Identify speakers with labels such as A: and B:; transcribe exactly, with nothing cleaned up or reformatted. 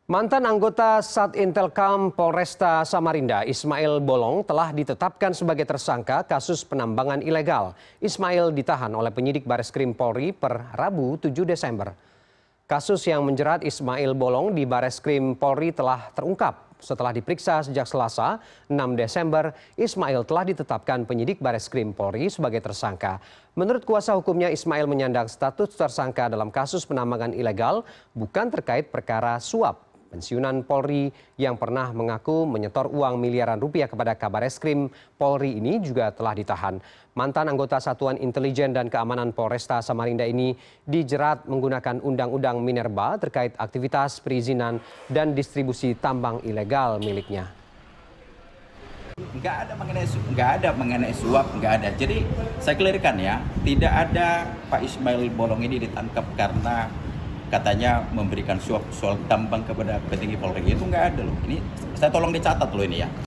A: Mantan anggota Satintelkam Polresta Samarinda, Ismail Bolong, telah ditetapkan sebagai tersangka kasus penambangan ilegal. Ismail ditahan oleh penyidik Bareskrim Polri per Rabu tujuh Desember. Kasus yang menjerat Ismail Bolong di Bareskrim Polri telah terungkap. Setelah diperiksa sejak Selasa, enam Desember, Ismail telah ditetapkan penyidik Bareskrim Polri sebagai tersangka. Menurut kuasa hukumnya, Ismail menyandang status tersangka dalam kasus penambangan ilegal bukan terkait perkara suap. Pensiunan Polri yang pernah mengaku menyetor uang miliaran rupiah kepada Kabareskrim Polri ini juga telah ditahan. Mantan anggota Satuan Intelijen dan Keamanan Polresta Samarinda ini dijerat menggunakan Undang-Undang Minerba terkait aktivitas perizinan dan distribusi tambang ilegal miliknya.
B: Nggak ada mengenai nggak ada mengenai suap, nggak ada. Jadi saya clearkan ya, tidak ada Pak Ismail Bolong ini ditangkap karena katanya memberikan suap soal tambang kepada petinggi Polri. Itu nggak ada loh. Ini saya tolong dicatat loh ini ya.